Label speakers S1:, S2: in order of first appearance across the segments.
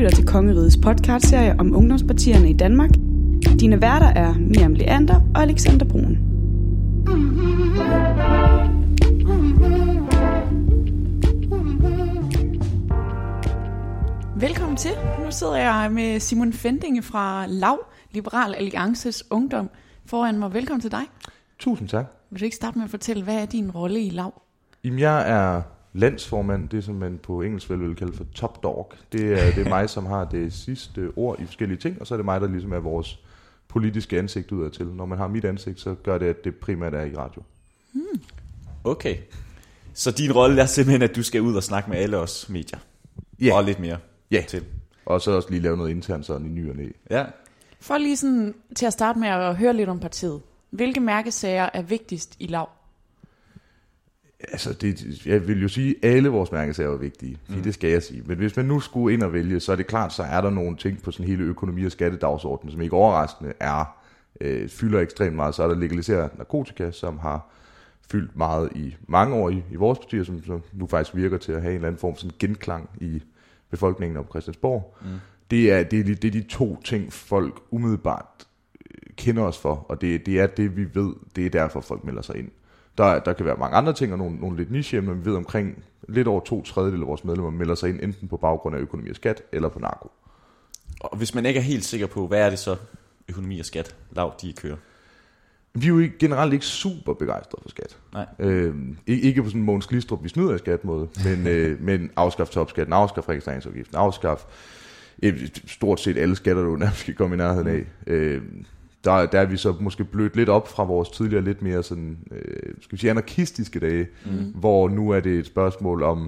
S1: lytter til Kongerigets podcastserie om ungdomspartierne i Danmark. Dine værter er Miriam Leander og Alexander Brun. Velkommen til. Nu sidder jeg med Simon Fendinge fra LAU, Liberal Alliances Ungdom, foran mig. Velkommen til dig.
S2: Tusind tak.
S1: Vil du ikke starte med at fortælle, hvad er din rolle i LAU?
S2: Jamen, jeg er landsformand, det som man på engelsk vel vil kalde for top dog. Det er mig, som har det sidste ord i forskellige ting, og så er det mig, der ligesom er vores politiske ansigt udadtil. Når man har mit ansigt, så gør det, at det primært er i radio.
S3: Okay. Så din rolle er simpelthen, at du skal ud og snakke med alle os medier.
S2: Ja.
S3: Og lidt mere til.
S2: Og så også lige lave noget internt sådan i ny og næ.
S3: Ja.
S1: For lige sådan til at starte med at høre lidt om partiet. Hvilke mærkesager er vigtigst i LAU?
S2: Altså, jeg vil jo sige, at alle vores mærkesager er vigtige, fordi det skal jeg sige. Men hvis man nu skulle ind og vælge, så er det klart, så er der nogle ting på sådan hele økonomi- og skattedagsordenen, som ikke overraskende fylder ekstremt meget. Så er der legaliseret narkotika, som har fyldt meget i mange år i vores partier, som nu faktisk virker til at have en eller anden form for sådan genklang i befolkningen op på Christiansborg. Det er de to ting, folk umiddelbart kender os for, og det er det, vi ved, det er derfor, folk melder sig ind. Der kan være mange andre ting, og nogle lidt niche, men vi ved omkring lidt over 2/3 af vores medlemmer melder sig ind, enten på baggrund af økonomi og skat, eller på narko.
S3: Og hvis man ikke er helt sikker på, hvad er det så, økonomi og skat, LAU, de kører?
S2: Vi er jo generelt ikke super begejstrede for skat.
S3: Nej.
S2: Ikke på sådan en Mogens Glistrup, vi snyder i skatmåde, men afskaf topskatten, afskaf registreringsafgiften, afskaf stort set alle skatter, du nærmest skal komme i nærheden af. Der er vi så måske blødt lidt op fra vores tidligere lidt mere sådan, skal vi sige, anarkistiske dage, hvor nu er det et spørgsmål om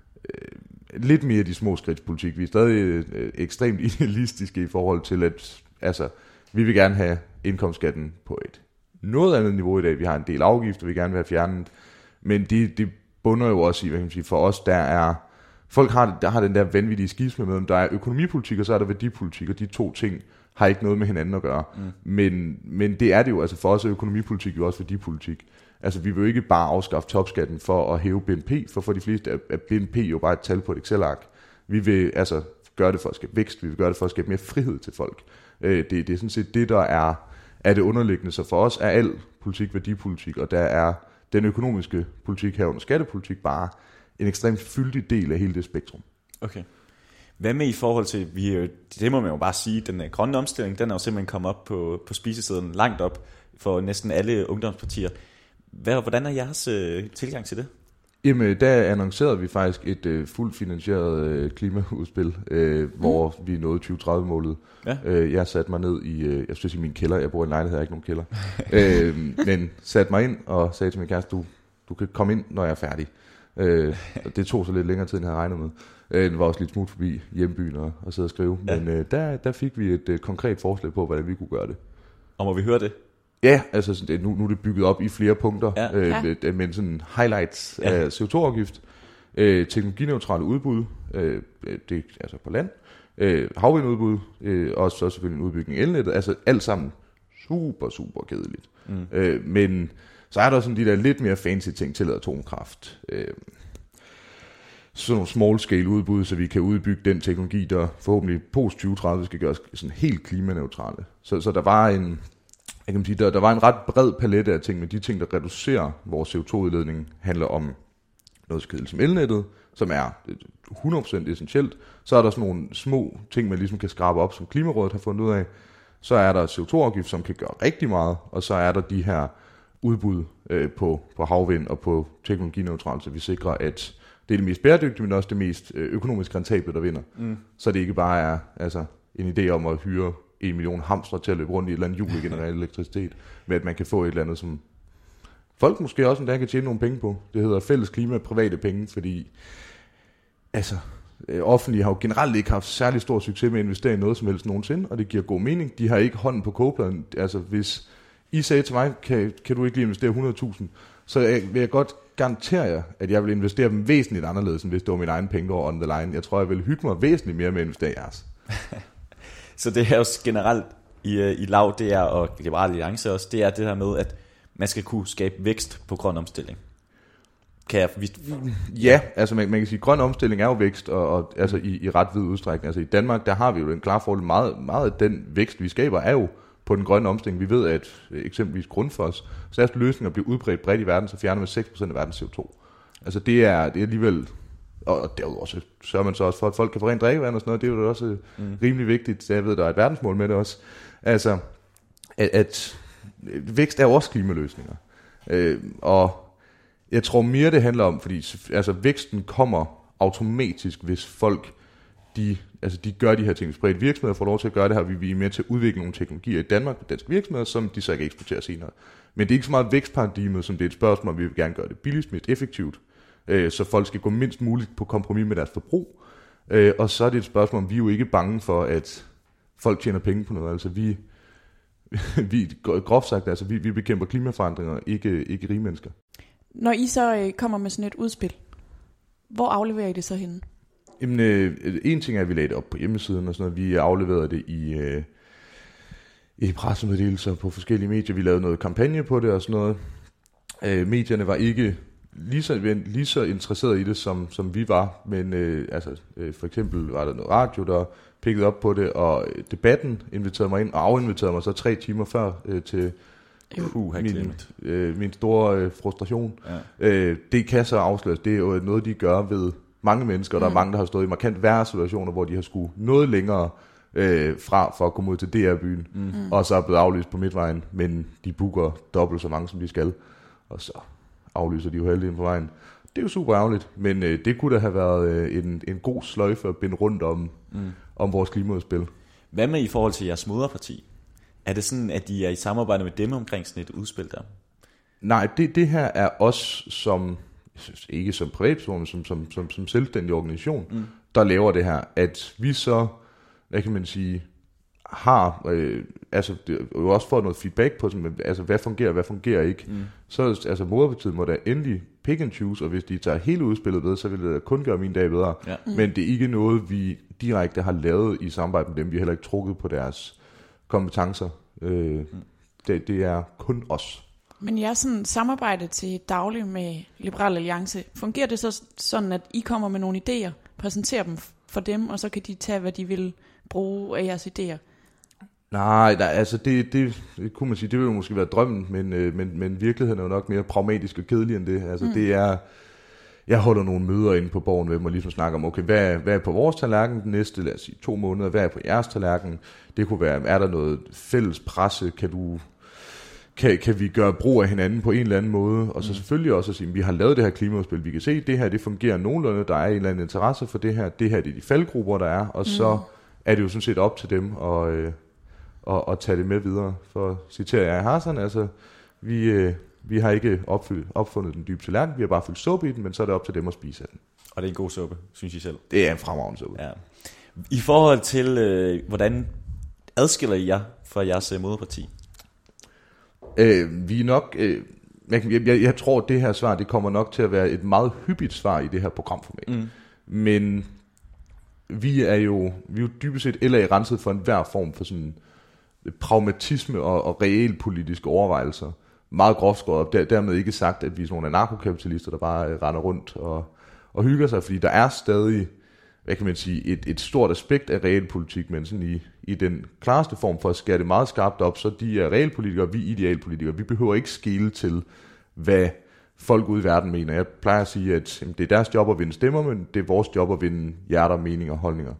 S2: lidt mere de små skridtspolitik. Vi er stadig ekstremt idealistiske i forhold til, at altså, vi vil gerne have indkomstskatten på et noget andet niveau i dag. Vi har en del afgifter, vi gerne vil have fjernet, men det bunder jo også i, hvad kan man sige, for os, folk har den der vanvittige skisme med, om der er økonomipolitik, og så er der værdipolitik, og de to ting har ikke noget med hinanden at gøre. Men det er det jo, altså for os er økonomipolitik jo også værdipolitik. Altså vi vil jo ikke bare afskaffe topskatten for at hæve BNP, for de fleste er BNP jo bare et tal på et Excel-ark. Vi vil altså gøre det for at skabe vækst, vi vil gøre det for at skabe mere frihed til folk. Det er sådan set det, der er det underliggende. Så for os er al politik værdipolitik, og der er den økonomiske politik herunder skattepolitik bare en ekstremt fyldig del af hele det spektrum.
S3: Okay. Hvad med i forhold til, det må man jo bare sige, den grønne omstilling, den er jo simpelthen kommet op på spisesiden langt op for næsten alle ungdomspartier. Hvordan er jeres tilgang til det?
S2: Jamen, der annoncerede vi faktisk et fuldt finansieret klimaudspil, hvor vi nåede 2030-målet. Ja. Jeg satte mig ned i, jeg synes i min kælder, jeg bor i en lejlighed, jeg har ikke nogen kælder, men satte mig ind og sagde til min kæreste, du kan komme ind, når jeg er færdig. Det tog så lidt længere tid, end jeg havde regnet med. Det var også lidt smut forbi hjembyen og sidde og skrive. Ja. Men der fik vi et konkret forslag på, hvordan vi kunne gøre det.
S3: Og må vi høre det?
S2: Ja, altså nu er det bygget op i flere punkter, med sådan highlights af CO2-afgift, teknologineutrale udbud, det altså på land, havvindudbud, og så selvfølgelig en udbygning af elnettet, altså alt sammen super, super kedeligt. Men så er der sådan de der lidt mere fancy ting til atomkraft. Sådan nogle small scale udbud, så vi kan udbygge den teknologi, der forhåbentlig post 2030 skal gøres sådan helt klimaneutrale. Så der var der var en ret bred palette af ting, men de ting, der reducerer vores CO2-udledning, handler om noget så kedeligt som elnettet, som er 100% essentielt. Så er der sådan nogle små ting, man ligesom kan skrabe op, som Klimarådet har fundet ud af. Så er der CO2-afgift, som kan gøre rigtig meget, og så er der de her udbud på havvind og på teknologineutralt, så vi sikrer, at det er det mest bæredygtige, men også det mest økonomisk rentable, der vinder. Så det ikke bare er altså, en idé om at hyre 1 million hamstre til at løbe rundt i et eller andet hjul og generere elektricitet, med at man kan få et eller andet, som folk måske også endda kan tjene nogle penge på. Det hedder fælles klima, private penge, fordi altså, offentlige har jo generelt ikke haft særlig stor succes med at investere i noget som helst nogensinde, og det giver god mening. De har ikke hånden på kogepladen. Altså hvis I sagde til mig, kan du ikke lige investere 100.000, så vil jeg godt garantere jer, at jeg vil investere dem væsentligt anderledes, end hvis det var min egen penge, der var on the line. Jeg tror, jeg vil hygge mig væsentligt mere med at investere i jeres.
S3: Så det er også generelt i LAU, det er, og Liberal Alliance også, det er det her med, at man skal kunne skabe vækst på grøn omstilling.
S2: Ja, altså man kan sige, at grøn omstilling er jo vækst, og altså i ret vid udstrækning. Altså i Danmark, der har vi jo en klar fordel. Meget af den vækst, vi skaber, er jo på den grønne omstilling. Vi ved, at eksempelvis Grundfos største løsninger bliver udbredt bredt i verden, så fjerner man 6% af verdens CO2. Altså det er alligevel, og derudover så sørger man så også for, at folk kan få rent drikkevand og sådan noget. Det er jo også rimelig vigtigt. Så jeg ved, der er et verdensmål med det også. Altså, at vækst er også klimaløsninger. Og jeg tror mere, det handler om, fordi altså, væksten kommer automatisk, hvis folk de gør de her ting. Spredt virksomheder får lov til at gøre det her. Vi er med til at udvikle nogle teknologier i Danmark med danske virksomheder, som de så ikke eksporterer senere. Men det er ikke så meget vækstparadigmet, som det er et spørgsmål, om vi vil gerne gøre det billigst, mest effektivt, så folk skal gå mindst muligt på kompromis med deres forbrug. Og så er det et spørgsmål, om vi er jo ikke bange for, at folk tjener penge på noget. Altså vi groft sagt, altså vi bekæmper klimaforandringer, ikke rige mennesker.
S1: Når I så kommer med sådan et udspil, hvor afleverer I det så henne?
S2: Jamen, en ting er, at vi lagde det op på hjemmesiden og sådan noget. Vi afleverede det i pressemeddelelser på forskellige medier. Vi lavede noget kampagne på det og sådan noget. Medierne var ikke lige så interesseret i det, som vi var. Men for eksempel var der noget radio, der pikkede op på det, og Debatten inviterede mig ind, og afinviterede mig så 3 timer før til min store frustration. Ja. Det kan så afsløres. Det er jo noget, de gør ved mange mennesker. Der er mange, der har stået i markant værre situationer, hvor de har skulle noget længere for at komme ud til DR-byen, og så er blevet aflyst på midtvejen, men de booker dobbelt så mange, som de skal, og så aflyser de jo halvdelen på vejen. Det er jo super ærgerligt, men det kunne da have været en god sløjfe at binde rundt om vores klimaudspil.
S3: Hvad med i forhold til jeres moderparti? Er det sådan, at de er i samarbejde med dem omkring sådan et udspil der?
S2: Nej, det her er os som, ikke som privatperson, som selvstændig organisation, der laver det her. At vi så, hvad kan man sige, har, jo også fået noget feedback på, altså hvad fungerer ikke. Så altså moderpartiet må da endelig pick and choose, og hvis de tager hele udspillet ved, så vil det kun gøre min dag bedre. Ja. Men det er ikke noget, vi direkte har lavet i samarbejde med dem. Vi har heller ikke trukket på deres kompetencer. Det er kun os.
S1: Men jeres sådan samarbejde til daglig med Liberal Alliance, fungerer det så sådan, at I kommer med nogle idéer, præsenterer dem for dem, og så kan de tage, hvad de vil bruge af jeres idéer?
S2: Nej, altså det kunne man sige, det ville måske være drømmen, men virkeligheden er jo nok mere pragmatisk og kedelig end det. Altså det er, jeg holder nogle møder inde på Borgen med mig, ligesom snakker om, okay, hvad er på vores tallerken den næste, lad os sige 2 måneder, hvad er på jeres tallerken? Det kunne være, er der noget fælles presse, kan vi gøre brug af hinanden på en eller anden måde? Og så selvfølgelig også at sige, vi har lavet det her klimaudspil, vi kan se, det her, det fungerer nogenlunde, der er en eller anden interesse for det her, det er de faldgrupper, der er, og så er det jo sådan set op til dem og tage det med videre. For citerer jeg Hassan, altså vi har ikke opfundet den dybe tallerken, vi har bare fyldt suppe i den, men så er det op til dem at spise af den.
S3: Og det er en god suppe, synes I selv?
S2: Det er en fremragende suppe. Ja.
S3: I forhold til, hvordan adskiller I jer fra jeres moderparti?
S2: Vi er nok, jeg tror, at det her svar, det kommer nok til at være et meget hyppigt svar i det her programformat. Men vi er jo dybest set renset for enhver form for sådan pragmatisme og realpolitiske overvejelser. Meget groft skåret op. Dermed ikke sagt, at vi er sådan nogle anarkokapitalister, der bare render rundt og hygger sig, fordi der er stadig, hvad kan man sige, et stort aspekt af realpolitik, men sådan i den klareste form for at skære det meget skarpt op, så de er realpolitikere, vi er idealpolitikere. Vi behøver ikke skele til, hvad folk ude i verden mener. Jeg plejer at sige, at det er deres job at vinde stemmer, men det er vores job at vinde hjerter, meninger og holdninger.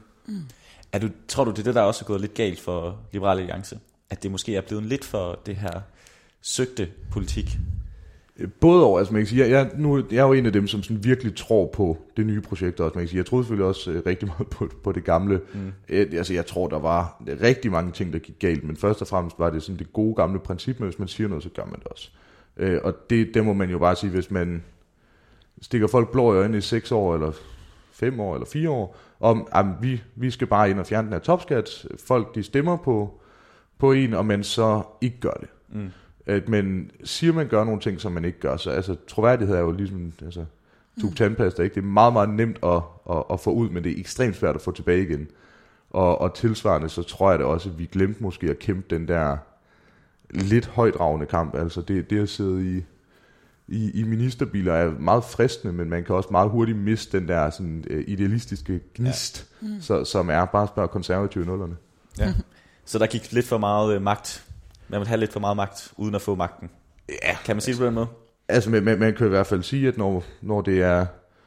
S3: Tror du, det er det, der også er gået lidt galt for Liberal Alliance? At det måske er blevet lidt for det her søgte politik?
S2: Både over, altså man kan sige, jeg er jo en af dem, som sådan virkelig tror på det nye projekt også. Man kan sige, jeg troede selvfølgelig også rigtig meget på det gamle. Altså jeg tror, der var rigtig mange ting, der gik galt, men først og fremmest var det sådan det gode gamle princip, men hvis man siger noget, så gør man det også. Og det må man jo bare sige, hvis man stikker folk blå i øjnene i 6 år, eller 5 år, eller 4 år, om vi skal bare ind og fjerne den her topskat, folk de stemmer på en, og man så ikke gør det. Men siger man gør nogle ting, som man ikke gør, så altså troværdighed er jo ligesom tube tandpasta, ikke? Det er meget, meget nemt at få ud, men det er ekstremt svært at få tilbage igen. Og tilsvarende, så tror jeg det også, at vi glemte måske at kæmpe den der lidt højdragende kamp, altså det at sidde i ministerbiler er meget fristende, men man kan også meget hurtigt miste den der sådan, idealistiske gnist, som er bare spørge konservative i nullerne.
S3: Ja. Så der gik lidt for meget magt. Man vil have lidt for meget magt, uden at få magten.
S2: Ja.
S3: Kan man sige det på den måde?
S2: Altså, man kan i hvert fald sige, at når det er...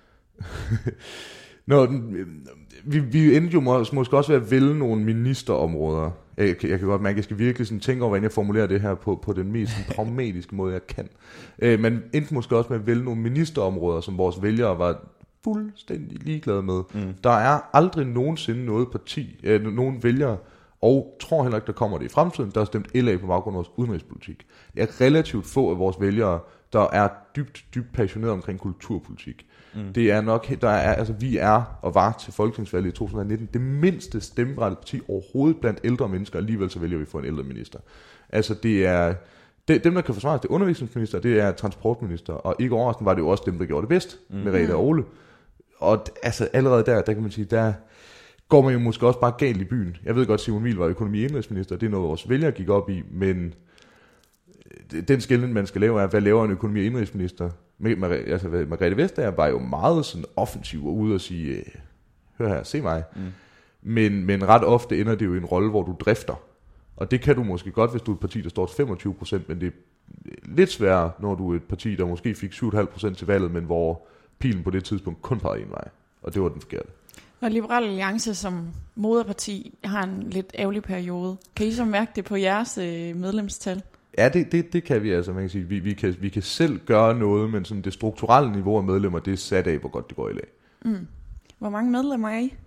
S2: vi endte jo måske også ved at vælge nogle ministerområder. Jeg kan godt mærke, at jeg skal virkelig sådan tænke over, hvordan jeg formulerer det her på den mest pragmatiske måde, jeg kan. Men endte måske også med at vælge nogle ministerområder, som vores vælgere var fuldstændig ligeglade med. Der er aldrig nogensinde noget parti, nogen vælgere, og tror heller ikke, der kommer det i fremtiden, der har stemt LA på baggrund af vores udenrigspolitik. Det er relativt få af vores vælgere, der er dybt passionerede omkring kulturpolitik. Det er nok, vi er og var til folketingsvalget i 2019 det mindste stemmeberettigede parti overhovedet blandt ældre mennesker, alligevel så vælger vi for en ældre minister. Altså det er, dem der kan forsvares, det er undervisningsminister, det er transportminister, og ikke overraskende var det jo også dem, der gjorde det bedst, med Rita og Ole. Og altså allerede der kan man sige, der går man jo måske også bare galt i byen. Jeg ved godt, Simon Emil var økonomi- og indrigsminister, det er noget, vores vælgere gik op i, men den skelnen, man skal lave, er, hvad laver en økonomi- og indrigsminister? Margrethe Vestager var jo meget sådan offensiv og ude og sige, hør her, se mig. Men ret ofte ender det jo i en rolle, hvor du drifter. Og det kan du måske godt, hvis du er et parti, der står til 25%, men det er lidt sværere, når du er et parti, der måske fik 7,5% til valget, men hvor pilen på det tidspunkt kun pegede en vej. Og det var den forkerte.
S1: Og Liberal Alliance som moderparti har en lidt ærgerlig periode. Kan I så mærke det på jeres medlemstal?
S2: Ja, det kan vi altså. Man kan sige, vi kan selv gøre noget, men sådan det strukturelle niveau af medlemmer, det er sat af, hvor godt det går i lag.
S1: Hvor mange medlemmer er I?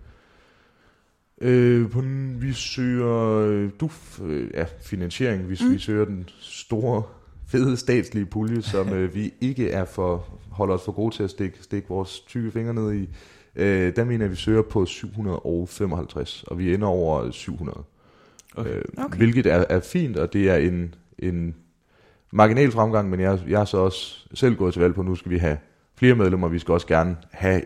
S2: Vi søger finansiering. Vi søger den store, fede statslige pulje, som vi ikke holder os for gode til at stikke vores tykke fingre ned i. Der mener jeg, vi søger på 755, og vi ender over 700. Okay. Hvilket er fint, og det er en marginal fremgang, men jeg er så også selv gået til valg på, nu skal vi have flere medlemmer, vi skal også gerne have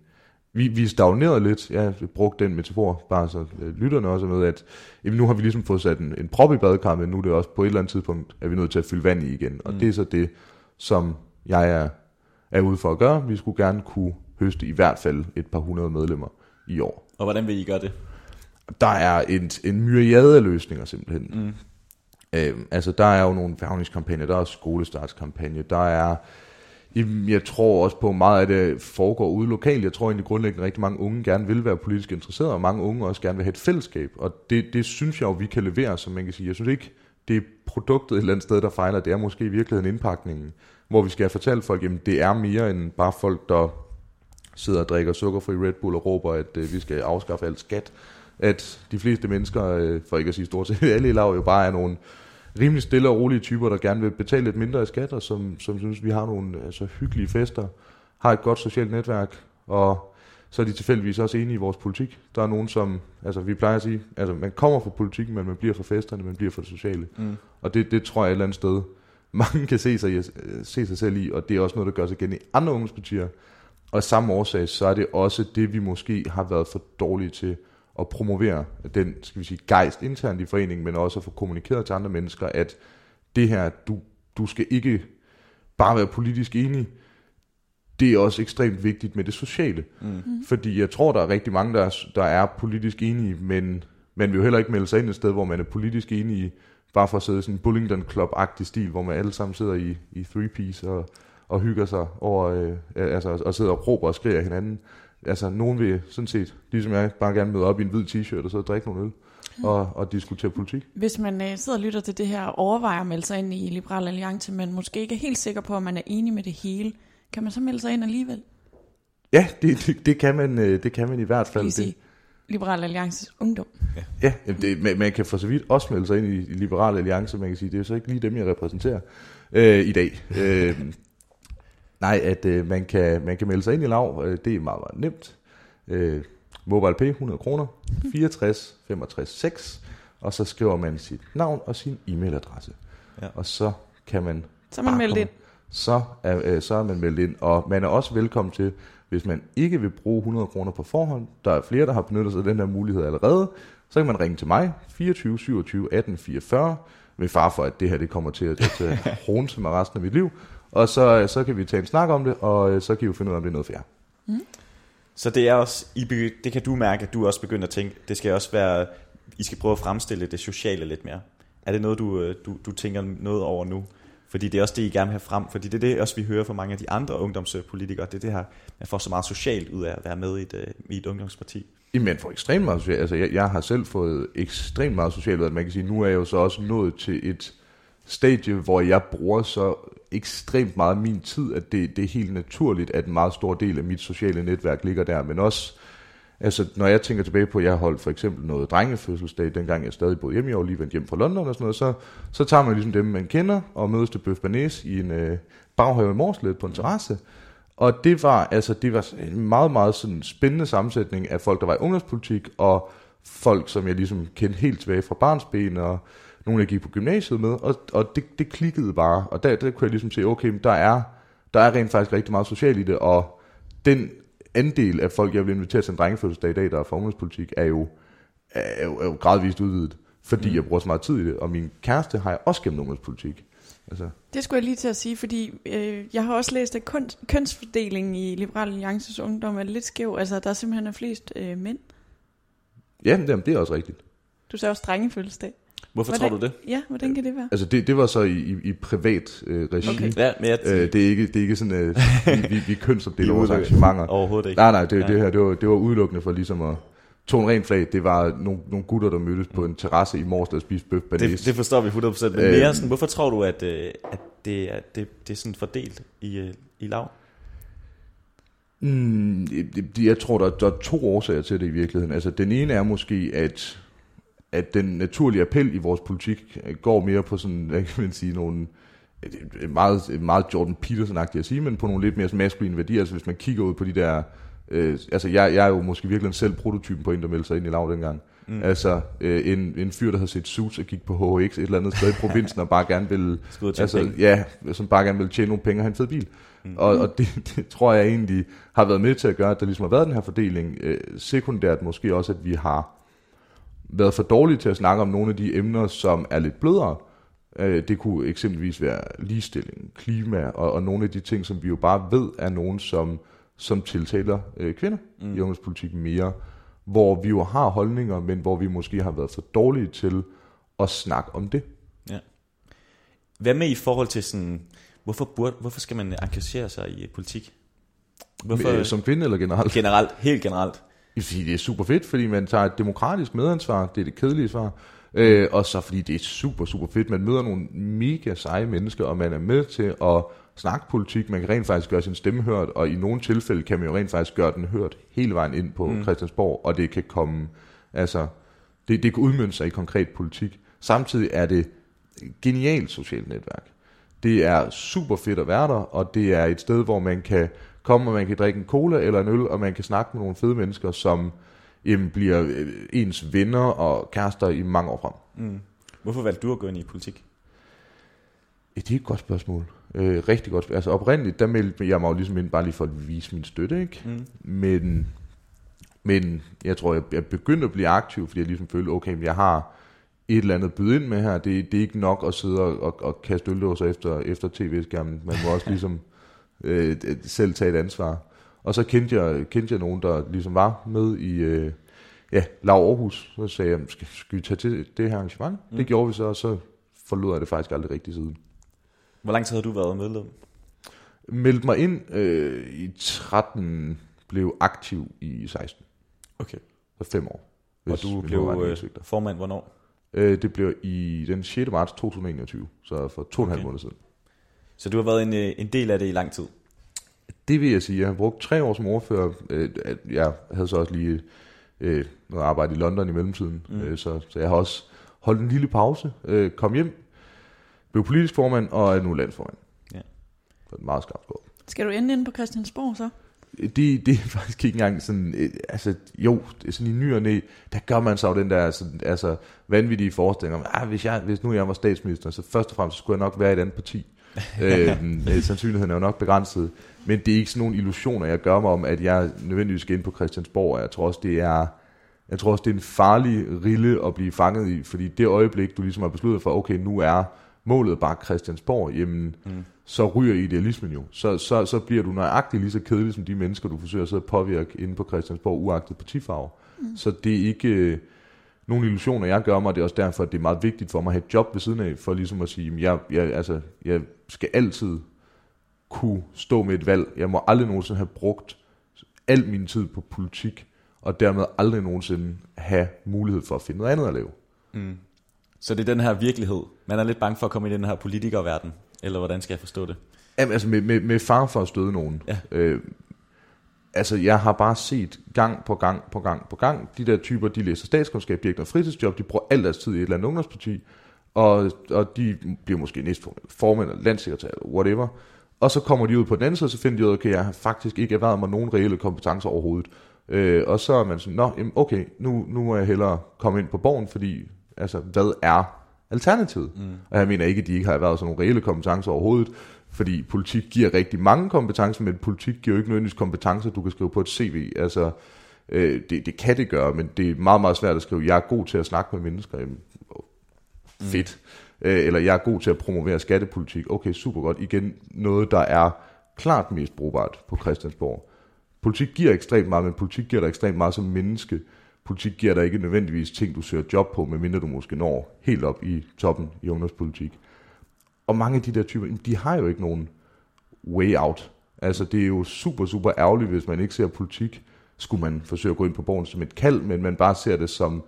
S2: vi stagnerede lidt, jeg brugte den metafor, bare så lytterne også med, at nu har vi ligesom fået sat en prop i badekar, men nu er det også på et eller andet tidspunkt, er vi nødt til at fylde vand i igen, og det er så det, som jeg er ude for at gøre. Vi skulle gerne kunne høste i hvert fald et par 100 medlemmer i år.
S3: Og hvordan vil I gøre det?
S2: Der er en myriade af løsninger simpelthen. Altså der er jo nogle værvningskampagner, der er skolestartskampagne, der er, jeg tror også på meget af det foregår ude lokalt. Jeg tror egentlig grundlæggende rigtig mange unge gerne vil være politisk interesserede, og mange unge også gerne vil have et fællesskab, og det synes jeg jo, vi kan levere, som man kan sige. Jeg synes ikke, det er produktet et eller andet sted, der fejler, det er måske i virkeligheden indpakningen, hvor vi skal have fortalt folk, jamen det er mere end bare folk, der sidder og drikker sukkerfri Red Bull og råber, at vi skal afskaffe alt skat. At de fleste mennesker, for ikke at sige stort set alle i lav, jo bare er nogle rimelig stille og rolige typer, der gerne vil betale lidt mindre i skat, og som synes, vi har nogle hyggelige fester, har et godt socialt netværk, og så er de tilfældigvis også enige i vores politik. Der er nogen, som, vi plejer at sige, man kommer fra politikken, men man bliver fra festerne, man bliver fra det sociale. Og det tror jeg et eller andet sted, mange kan se sig selv i, og det er også noget, der gør sig igen i andre ungdomspartier. Og af samme årsag, så er det også det, vi måske har været for dårlige til at promovere den, skal vi sige, gejst internt i foreningen, men også at få kommunikeret til andre mennesker, at det her, du skal ikke bare være politisk enig, det er også ekstremt vigtigt med det sociale. Fordi jeg tror, der er rigtig mange, der er politisk enige, men man vil jo heller ikke melde sig ind et sted, hvor man er politisk enige, bare for at sidde i sådan en Bullingdon Club-agtig stil, hvor man alle sammen sidder i three-piece og hygger sig over, og sidder og råber og skriger hinanden. Altså, nogen vil sådan set, ligesom jeg, bare gerne møde op i en hvid t-shirt og så drikke nogle øl og diskutere politik. Hvis man sidder og lytter til det her og overvejer at melde sig ind i Liberal Alliance, men måske ikke er helt sikker på, at man er enig med det hele, kan man så melde sig ind alligevel? Ja, det kan man i hvert fald. Skal sige Liberal Alliances Ungdom? Ja, man kan for så vidt også melde sig ind i Liberal Alliance, man kan sige, det er så ikke lige dem, jeg repræsenterer i dag. Nej, at man kan melde sig ind i LAV, det er meget, meget nemt. MobilePay 100 kroner, 64 65 6, og så skriver man sit navn og sin e-mailadresse. Ja. Og så kan man... Så er man meldt ind. Så er man meldt ind, og man er også velkommen til, hvis man ikke vil bruge 100 kroner på forhånd, der er flere, der har benyttet sig af den her mulighed allerede, så kan man ringe til mig, 24 27 18 44, med far for, at det her det kommer til at håne mig resten af mit liv. Og så kan vi tage en snak om det, og så kan vi finde ud af, om det er noget for jer.
S3: Så det er også, det kan du mærke, at du også begynder at tænke, det skal også være, I skal prøve at fremstille det sociale lidt mere. Er det noget, du tænker noget over nu? Fordi det er også det, I gerne vil have frem. Fordi det er det også, vi hører fra mange af de andre ungdomspolitikere. Det er det her, man får så meget socialt ud af at være med i et ungdomsparti.
S2: Man får ekstremt meget socialt. Altså, jeg har selv fået ekstremt meget socialt ud af, at man kan sige, nu er jeg jo så også nået til et stadie, hvor jeg bruger så ekstremt meget af min tid, at det er helt naturligt, at en meget stor del af mit sociale netværk ligger der. Men også, altså, når jeg tænker tilbage på, at jeg har holdt for eksempel noget drengefødselsdag, dengang jeg stadig boede hjemme, jeg var lige vendt hjem fra London og sådan noget, så tager man ligesom dem, man kender, og mødes til bøf banæs i en baghave i Mårslet på en terrasse. Og det var en meget, meget sådan spændende sammensætning af folk, der var i ungdomspolitik, og folk, som jeg ligesom kendte helt tilbage fra barnsben, og nogle, jeg gik på gymnasiet med, og det klikkede bare. Og der kunne jeg ligesom se, okay, der er rent faktisk rigtig meget socialt i det, og den andel af folk, jeg vil invitere til en drengefødselsdag i dag, der er for ungdomspolitik, er jo gradvist udvidet, fordi jeg bruger så meget tid i det, og min kæreste har jeg også gennem ungdomspolitik. Altså. Det
S1: skulle jeg lige til at sige, fordi jeg har også læst, at kønsfordelingen i Liberal Alliances Ungdom er lidt skæv. Altså, der simpelthen er flest mænd.
S2: Ja, det er også rigtigt.
S1: Du sagde også drengefødselsdag.
S3: Hvorfor tror du det?
S1: Ja, hvordan kan det være?
S2: Altså, det var så i privat regi.
S3: Okay. Ja, men
S2: det er ikke sådan, vi kønsopdeler vores arrangementer.
S3: Overhovedet ikke.
S2: Nej, det her, det var udelukkende for ligesom at tog en ren flag. Det var nogle gutter, der mødtes på en terrasse i Mårslet og spiste bøf banæs.
S3: Det forstår vi 100%. Men mere sådan, hvorfor tror du, at det er sådan fordelt i lav?
S2: Jeg tror, der er 2 årsager til det i virkeligheden. Altså, den ene er måske, at den naturlige appel i vores politik går mere på sådan, hvad kan man sige, nogle meget Jordan Peterson-agtigt at sige, men på nogle lidt mere maskuline værdier. Altså, hvis man kigger ud på de der altså jeg er jo måske virkelig selv prototypen på en, der meldte sig ind i lav dengang. Altså en fyr, der havde set Suits og gik på HX et eller andet sted i provinsen og bare gerne ville som bare gerne ville tjene nogle penge og have en fed bil. Og det tror jeg egentlig har været med til at gøre, at der ligesom har været den her fordeling. Sekundært måske også, at vi har været for dårlige til at snakke om nogle af de emner, som er lidt blødere. Det kunne eksempelvis være ligestilling, klima og nogle af de ting, som vi jo bare ved er nogen, som tiltaler kvinder i ungdomspolitik mere, hvor vi jo har holdninger, men hvor vi måske har været for dårlige til at snakke om det.
S3: Ja. Hvad med i forhold til sådan, hvorfor skal man engagere sig i politik?
S2: Som kvinde eller generelt?
S3: Helt generelt.
S2: Det er super fedt, fordi man tager et demokratisk medansvar, det er det kedelige svar, og så fordi det er super, super fedt, man møder nogle mega seje mennesker, og man er med til at snakke politik, man kan rent faktisk gøre sin stemme hørt, og i nogle tilfælde kan man jo rent faktisk gøre den hørt hele vejen ind på Christiansborg, og det kan komme, altså, det kan udmønte sig i konkret politik. Samtidig er det genialt socialt netværk. Det er super fedt at være der, og det er et sted, hvor man kan komme, og man kan drikke en cola eller en øl, og man kan snakke med nogle fede mennesker, som bliver ens venner og kærester i mange år frem.
S3: Hvorfor valgte du at gå ind i politik?
S2: Det er et godt spørgsmål. Rigtig godt. Altså oprindeligt, der meldte jeg mig jo ligesom ind bare lige for at vise min støtte, ikke? Men jeg tror, jeg begyndte at blive aktiv, fordi jeg ligesom følte, okay, jeg har et eller andet byde ind med her. Det er ikke nok at sidde og kaste øldåser efter tv-skærmen. Man må også ligesom selv tage et ansvar. Og så kendte jeg nogen, der ligesom var med i Lav Aarhus. Så sagde jeg, skal vi tage til det her arrangement? Det gjorde vi så, og så forlod jeg det faktisk aldrig rigtig siden.
S3: Hvor lang tid har du været medlem?
S2: Meldte mig ind i 13, blev aktiv i 16.
S3: Okay.
S2: Så 5 år.
S3: Og du blev formand hvornår?
S2: Det blev i den 6. marts 2021, så for 2,5 måneder siden.
S3: Så du har været en del af det i lang tid?
S2: Det vil jeg sige. Jeg har brugt 3 år som ordfører. Jeg havde så også lige noget arbejde i London i mellemtiden, så jeg har også holdt en lille pause, kom hjem, blev politisk formand og er nu landsformand. Ja. Så det er meget skarpt gået.
S1: Skal du ende på Christiansborg så?
S2: Det er faktisk ikke engang sådan, altså jo, det er sådan i ny og næ, der gør man så den der sådan, altså vanvittige forestilling om, hvis nu jeg var statsminister, så først og fremmest skulle jeg nok være i et andet parti. Sandsynligheden er jo nok begrænset, men det er ikke sådan nogle illusioner, jeg gør mig om, at jeg nødvendigvis skal ind på Christiansborg. Jeg tror også, det er en farlig rille at blive fanget i, fordi det øjeblik, du ligesom har besluttet for, okay, nu er målet bare Christiansborg, jamen, så ryger idealismen jo. Så bliver du nøjagtigt lige så kedelig som de mennesker, du forsøger at sidde og påvirke inde på Christiansborg, uagtet partifarve. Så det er ikke nogle illusioner, jeg gør mig. Det er også derfor, at det er meget vigtigt for mig at have et job ved siden af, for ligesom at sige, jeg skal altid kunne stå med et valg. Jeg må aldrig nogensinde have brugt al min tid på politik, og dermed aldrig nogensinde have mulighed for at finde noget andet at lave.
S3: Så det er den her virkelighed. Man er lidt bange for at komme i den her politikerverden, eller hvordan skal jeg forstå det?
S2: Jamen, altså med far for at støde nogen. Ja. Altså, jeg har bare set gang på gang, de der typer, de læser statskundskab, de har ikke noget fritidsjob, de bruger al deres tid i et eller andet ungdomsparti, og de bliver måske næstformand, formand eller landsekretær, eller whatever. Og så kommer de ud på den anden side, og så finder de ud af, okay, jeg har faktisk ikke erhvervet mig nogen reelle kompetencer overhovedet. Og så er man sådan, okay, nu må jeg hellere komme ind på borgen, fordi, altså, hvad er alternativet? Og jeg mener ikke, at de ikke har erhvervet sig nogle reelle kompetencer overhovedet, fordi politik giver rigtig mange kompetencer, men politik giver jo ikke nødvendigvis kompetencer, du kan skrive på et CV. Altså, det kan det gøre, men det er meget, meget svært at skrive, jeg er god til at snakke med mennesker. Fedt. Eller jeg er god til at promovere skattepolitik. Okay, super godt. Igen, noget, der er klart mest brugbart på Christiansborg. Politik giver ekstremt meget, men politik giver dig ekstremt meget som menneske. Politik giver dig ikke nødvendigvis ting, du søger job på, medmindre du måske når helt op i toppen i ungdomspolitik. Og mange af de der typer, de har jo ikke nogen way out. Altså, det er jo super, super ærgerligt, hvis man ikke ser politik. Skulle man forsøge at gå ind på borgen som et kald, men man bare ser det som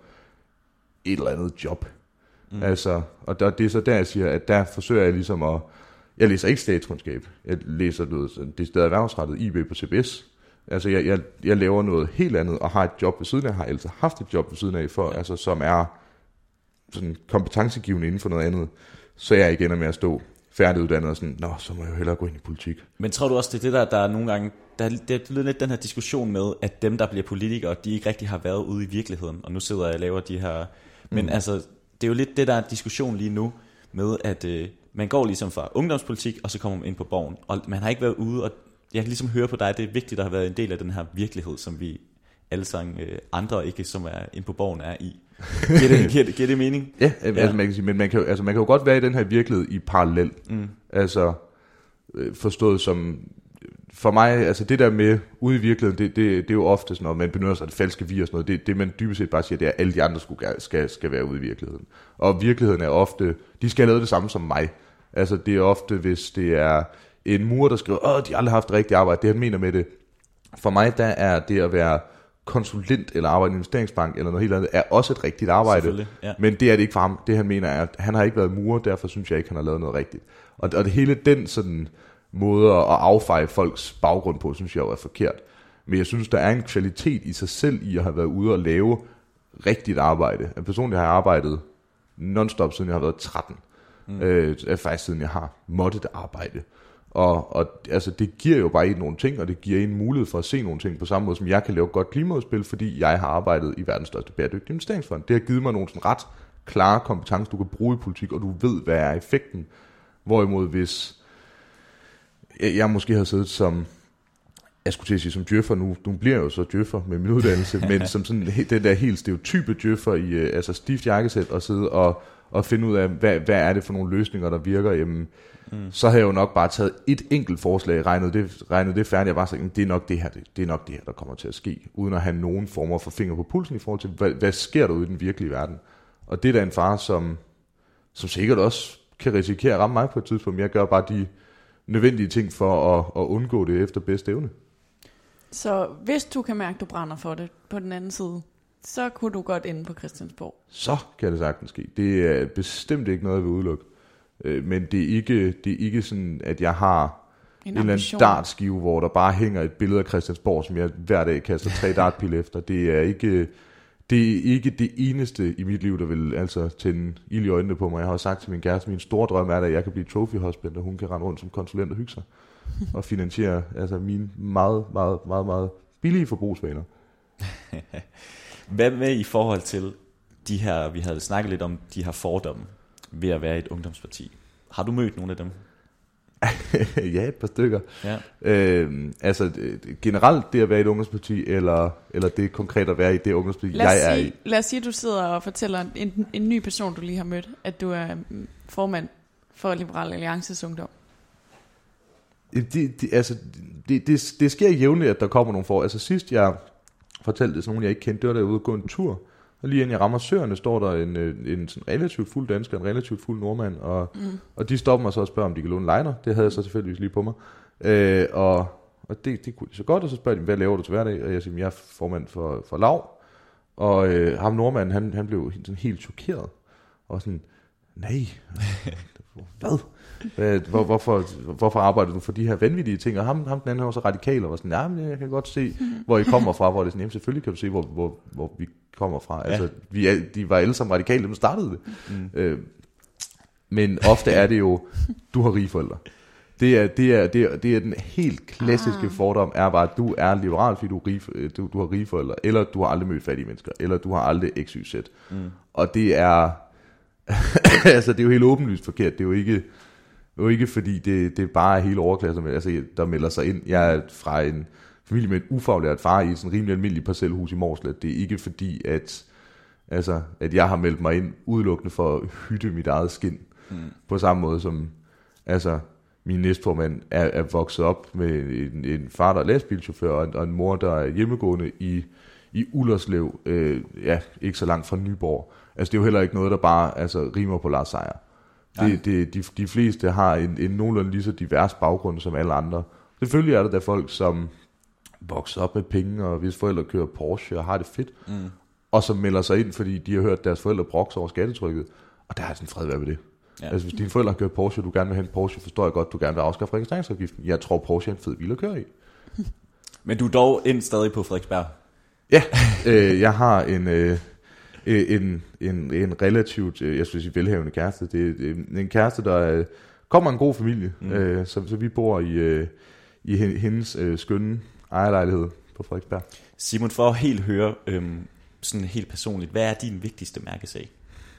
S2: et eller andet job. Altså, og det er så der, jeg siger, at der forsøger jeg ligesom at... Jeg læser ikke statskundskab. Jeg læser det stedet erhvervsrettet IB på CBS. Altså, jeg laver noget helt andet og har et job ved siden af. Jeg har altid haft et job ved siden af, altså, som er sådan kompetencegivende inden for noget andet. Så jeg ikke ender med at stå færdiguddannet og sådan, så må jeg jo hellere gå ind i politik. Men
S3: tror du også, det er det der er nogle gange, det lyder lidt den her diskussion med, at dem, der bliver politikere, de ikke rigtig har været ude i virkeligheden, og nu sidder jeg og laver de her... Men altså, det er jo lidt det, der er diskussion lige nu, med at man går ligesom fra ungdomspolitik, og så kommer man ind på borgen, og man har ikke været ude, og jeg kan ligesom høre på dig, det er vigtigt at have været en del af den her virkelighed, som vi alle sammen andre ikke, som er inde på borgen, er i. Giver det mening?
S2: Ja, altså man kan sige, men man kan jo godt være i den her virkelighed i parallel. Altså forstået som for mig, altså det der med ude i virkeligheden, det er jo ofte sådan noget, man benytter sig af det falske vi og sådan noget. Det man dybest set bare siger, det er, at alle de andre skal være ude i virkeligheden. Og virkeligheden er ofte, de skal have lavet det samme som mig. Altså det er ofte, hvis det er en murer, der skriver, de har aldrig haft rigtigt arbejde, det han mener med det. For mig, der er det at være konsulent eller arbejde i en investeringsbank eller noget helt andet, er også et rigtigt arbejde. Ja. Men det er det ikke for ham. Det han mener er, at han har ikke været murer, derfor synes jeg ikke, han har lavet noget rigtigt. Og det hele den sådan måde at affeje folks baggrund på, synes jeg jo er forkert. Men jeg synes, der er en kvalitet i sig selv i at have været ude og lave rigtigt arbejde. Personligt har jeg arbejdet non-stop, siden jeg har været 13. Faktisk siden jeg har måttet arbejde. Og altså, det giver jo bare en nogle ting, og det giver en mulighed for at se nogle ting på samme måde, som jeg kan lave godt klimaudspil, fordi jeg har arbejdet i verdens største bæredygtige investeringsfond. Det har givet mig nogle sådan ret klare kompetencer, du kan bruge i politik, og du ved, hvad er effekten. Hvorimod hvis jeg måske havde siddet som, jeg skulle til at sige som djøffer, nu bliver jeg jo så djøffer med min uddannelse, men som sådan den der helt stereotype djøffer i altså stift jakkesæt og sidde og finde ud af, hvad er det for nogle løsninger, der virker, jamen, så havde jeg jo nok bare taget et enkelt forslag, regnet det færdigt, jeg bare sagde, det er nok det her, der kommer til at ske, uden at have nogen former for finger på pulsen i forhold til, hvad sker der ude i den virkelige verden. Og det er da en far, som sikkert også kan risikere at ramme mig på et tidspunkt. Jeg gør bare de nødvendige ting for at undgå det efter bedste evne.
S1: Så hvis du kan mærke, at du brænder for det på den anden side, så kunne du godt ende på Christiansborg.
S2: Så kan det sagtens ske. Det er bestemt ikke noget, jeg vil udelukke. Men det er ikke sådan, at jeg har en eller anden dartskive, hvor der bare hænger et billede af Christiansborg, som jeg hver dag kaster 3 dartpile efter. Det er ikke det eneste i mit liv, der vil altså tænde ild i øjnene på mig. Jeg har også sagt til min kæreste, min store drøm er, at jeg kan blive trophy husband, og hun kan rende rundt som konsulent og hygge sig og finansiere altså mine meget, meget, meget, meget billige forbrugsvaner.
S3: Hvad med i forhold til de her, vi havde snakket lidt om de her fordomme ved at være et ungdomsparti? Har du mødt nogle af dem?
S2: Ja, et par stykker.
S3: Ja.
S2: Altså generelt det at være i et ungdomsparti, eller det konkret at være i det ungdomsparti, jeg er i.
S1: Lad os sige, at du sidder og fortæller en ny person, du lige har mødt, at du er formand for Liberal Alliances Ungdom.
S2: Det sker jævnligt, at der kommer nogle for. Altså sidst jeg fortalte det til nogen, jeg ikke kendte, det var derude og gå en tur. Og lige inden jeg rammer Søerne, står der en sådan relativt fuld dansker, en relativt fuld nordmand, og de stopper mig så og spørger, om de kan låne lejner. Det havde jeg så tilfældigvis lige på mig. Og det kunne de så godt, og så spørger de, hvad laver du til hverdag? Og jeg siger, jeg er formand for Lav. Og ham nordmanden, han blev sådan helt chokeret. Og sådan, nej, hvad? Hvorfor arbejder du for de her vanvittige ting? Og ham den anden var så radikal og var sådan, ja, men jeg kan godt se, hvor I kommer fra. Hvor det sådan, jamen selvfølgelig kan du se, hvor vi kommer fra. Ja. Altså, de var alle sammen radikale, dem startede det. Men ofte er det jo, du har rige forældre. Det er den helt klassiske fordom, er bare, at du er liberal, fordi du har rige forældre, eller du har aldrig mødt fattige mennesker, eller du har aldrig XYZ. Og det er, altså det er jo helt åbenlyst forkert. Det er jo ikke fordi det bare er hele overklassen, altså, der melder sig ind. Jeg er fra en familie med en ufaglært far i sådan en rimelig almindelig parcelhus i Mårslet. Det er ikke fordi, at jeg har meldt mig ind udelukkende for at hytte mit eget skin. På samme måde som, altså, min næstformand er vokset op med en far, der er lastbilchauffør, og en mor, der er hjemmegående i Ullerslev, ikke så langt fra Nyborg. Altså, det er jo heller ikke noget, der bare rimer på Lars Seier. De fleste har en nogenlunde lige så divers baggrund som alle andre. Selvfølgelig er der folk, som vokser op med penge, og hvis forældre kører Porsche og har det fedt, og som melder sig ind, fordi de har hørt deres forældre brokse over skattetrykket, og der er sådan fred ved det. Ja. Altså, hvis dine forældre har kørt Porsche, og du gerne vil have en Porsche, forstår jeg godt, du gerne vil afskaffe registreringsafgiften. Jeg tror, Porsche er en fed bil at køre i.
S3: Men du er dog ind stadig på Frederiksberg?
S2: Ja, jeg har en relativt, jeg skulle sige, velhavende kæreste. Det er en kæreste, der kommer en god familie, så vi bor i hendes skønne ejerlejlighed på Frederiksberg.
S3: Simon, for at helt høre, sådan helt personligt, hvad er din vigtigste mærkesag?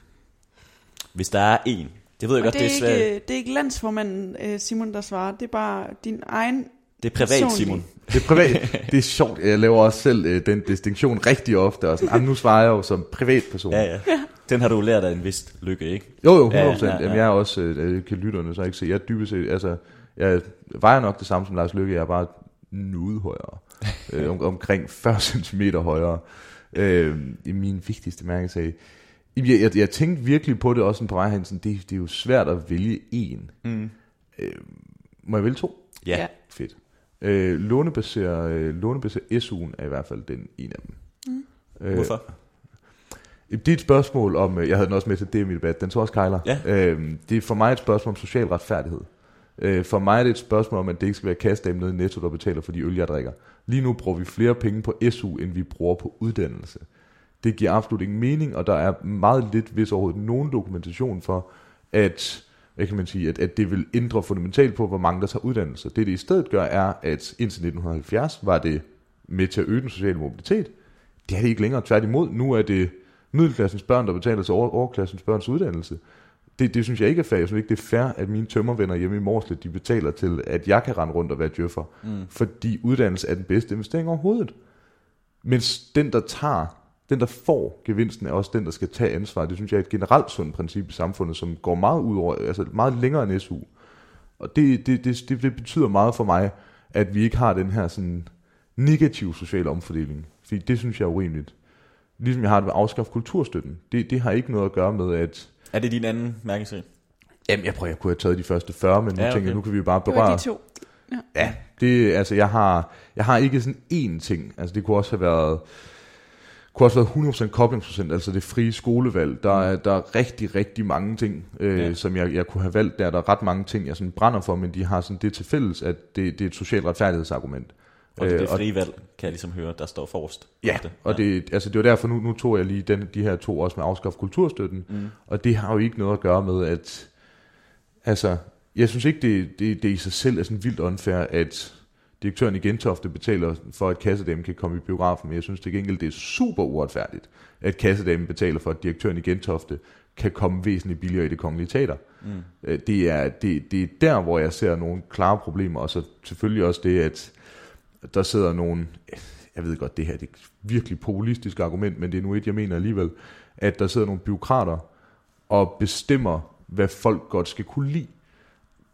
S3: Hvis der er en. Det ved jeg godt, det er svært.
S1: Det er ikke landsformanden, Simon, der svarer. Det er bare din egen.
S3: Det er privat, personlig. Simon.
S2: Det er privat. Det er sjovt. Jeg laver også selv den distinktion rigtig ofte. Og sådan, nu svarer jeg jo som privatperson.
S3: Ja. Den har du lært af en vis lykke, ikke?
S2: Jo, 100%. Ja. Jamen, jeg er også, kan lytterne så ikke se. Jeg er dybest set, altså, jeg vejer nok det samme som Lars Løkke. Jeg er bare nude højere. Omkring 40 cm højere. I min vigtigste mærkesag. Jeg tænkte virkelig på det også på vej hen. Det er jo svært at vælge en. Må jeg vælge 2?
S3: Ja.
S2: Fedt. Lånebaseret SU'en er i hvert fald en af dem.
S3: Hvorfor?
S2: Det er et spørgsmål om, jeg havde den også med til det i debat, den tog også Kejler. Ja. Det er for mig et spørgsmål om social retfærdighed. For mig er det et spørgsmål om, at det ikke skal være kassedame nede i Netto, der betaler for de øl, jeg drikker. Lige nu bruger vi flere penge på SU, end vi bruger på uddannelse. Det giver absolut ingen mening, og der er meget lidt, hvis overhovedet nogen dokumentation for, at det vil ændre fundamentalt på, hvor mange der tager uddannelse. Det i stedet gør, er, at indtil 1970 var det med til at øge den sociale mobilitet. Det er det ikke længere. Tværtimod, nu er det middelklassens børn, der betaler til overklassens børns uddannelse. Det synes jeg ikke er fair. Jeg synes ikke, det er fair, at mine tømmervenner hjemme i Mårslet, de betaler til, at jeg kan rende rundt og være djøffer. Fordi uddannelse er den bedste investering overhovedet. Mens den, der får gevinsten, er også den, der skal tage ansvar. Det synes jeg er et generelt sundt princip i samfundet, som går meget ud over, altså meget længere end SU. Og det betyder meget for mig, at vi ikke har den her sådan negativ social omfordeling. Fordi det synes jeg er urimeligt. Ligesom jeg har det med at afskaffe kulturstøtten. Det har ikke noget at gøre med, at...
S3: Er det din anden mærkesag?
S2: Jamen, jeg kunne have taget de første 40, men nu tænker jeg, nu kan vi jo bare berøre...
S1: Det var de 2.
S2: Ja, det, altså jeg har ikke sådan én ting. Altså det kunne også have været 100% koblingsprocent, altså det frie skolevalg. Der er rigtig, rigtig mange ting, som jeg kunne have valgt. Der er ret mange ting, jeg sådan brænder for, men de har sådan det til fælles, at det er et socialt retfærdighedsargument.
S3: Og det frie valg, kan jeg ligesom høre, der står forrest.
S2: Ja, og det var derfor, nu tog jeg lige de her 2 også med at afskaffe kulturstøtten, og det har jo ikke noget at gøre med, at altså, jeg synes ikke, det i sig selv er sådan vildt unfair, at direktøren i Gentofte betaler for, at kassedamen kan komme i biografen, men jeg synes til gengæld, det er super uretfærdigt, at kassedamen betaler for, at direktøren i Gentofte kan komme væsentligt billigere i Det Kongelige Teater. Det er der, hvor jeg ser nogle klare problemer, og så selvfølgelig også det, at der sidder nogle, jeg ved godt, det her det er et virkelig populistisk argument, men det er nu et, jeg mener alligevel, at der sidder nogle bureaukrater og bestemmer, hvad folk godt skal kunne lide.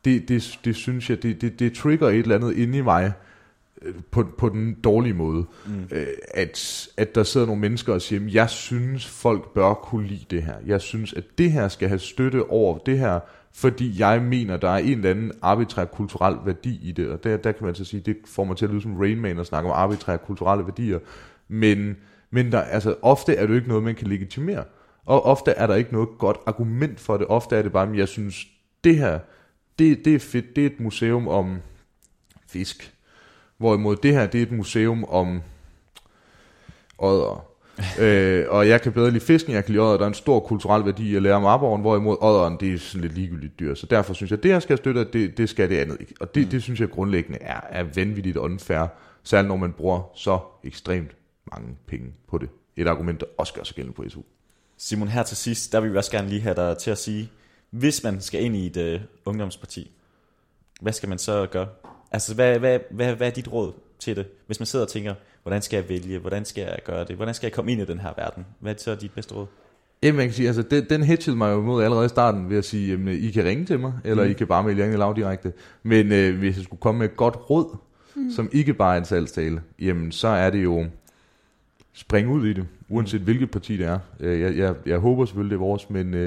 S2: det synes jeg, det trigger et eller andet inde i mig, på den dårlige måde, at der sidder nogle mennesker og siger, jeg synes folk bør kunne lide det her, jeg synes at det her skal have støtte over det her, fordi jeg mener der er en eller anden arbitrær kulturel værdi i det, og der kan man så sige, det får mig til at lyde som Rain Man og snakke om arbitrære kulturelle værdier, men der, altså, ofte er det jo ikke noget man kan legitimere, og ofte er der ikke noget godt argument for det, ofte er det bare, jeg synes det her, det er fedt, det er et museum om fisk. Hvorimod det her, det er et museum om odder. Og jeg kan bedre lide fisken, jeg kan lide odder. Der er en stor kulturel værdi at lære om aborren, hvorimod odderen, det er sådan lidt ligegyldigt dyr. Så derfor synes jeg, at det her skal støtte, at det skal det andet ikke. Og det synes jeg grundlæggende er vanvittigt unfair, særligt når man bruger så ekstremt mange penge på det. Et argument, der også gør sig gældende på SU. Simon,
S3: her til sidst, der vil vi også gerne lige have dig til at sige, hvis man skal ind i et ungdomsparti, hvad skal man så gøre? Altså, hvad er dit råd til det, hvis man sidder og tænker, hvordan skal jeg vælge, hvordan skal jeg gøre det, hvordan skal jeg komme ind i den her verden? Hvad er så dit bedste råd?
S2: Jamen, man kan sige, altså, den hedgede mig jo imod allerede i starten ved at sige, jamen, I kan ringe til mig, eller I kan bare melde jer lav direkte. Men hvis jeg skulle komme med et godt råd, som ikke bare er en salgstale, jamen, så er det jo spring ud i det, uanset hvilket parti det er. Jeg håber selvfølgelig, det er vores,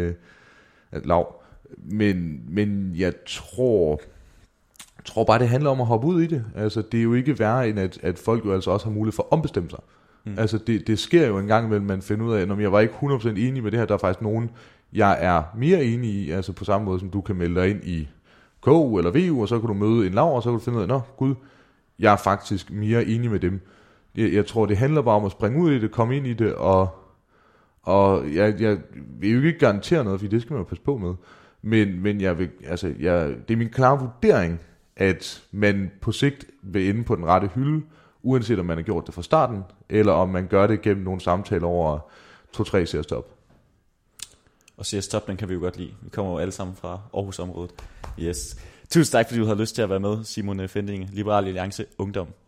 S2: men jeg tror bare, det handler om at hoppe ud i det. Altså, det er jo ikke værre, end at folk jo altså også har mulighed for at ombestemme sig. Altså, det sker jo en gang imellem, man finder ud af, at jeg var ikke 100% enig med det her, der er faktisk nogen, jeg er mere enig i, altså på samme måde, som du kan melde dig ind i KU eller VU, og så kan du møde en lav, og så kan du finde ud af, jeg er faktisk mere enig med dem. Jeg tror, det handler bare om at springe ud i det, komme ind i det, og jeg vil jo ikke garantere noget, for det skal man jo passe på med. Men jeg vil, altså, det er min klare vurdering, at man på sigt vil ende på den rette hylde, uanset om man har gjort det fra starten, eller om man gør det gennem nogle samtaler over 2-3 CS-top.
S3: Og CS-top, den kan vi jo godt lide. Vi kommer jo alle sammen fra Aarhus-området. Yes. Tusind tak, fordi du havde lyst til at være med, Simon Fendinge, Liberal Alliance Ungdom.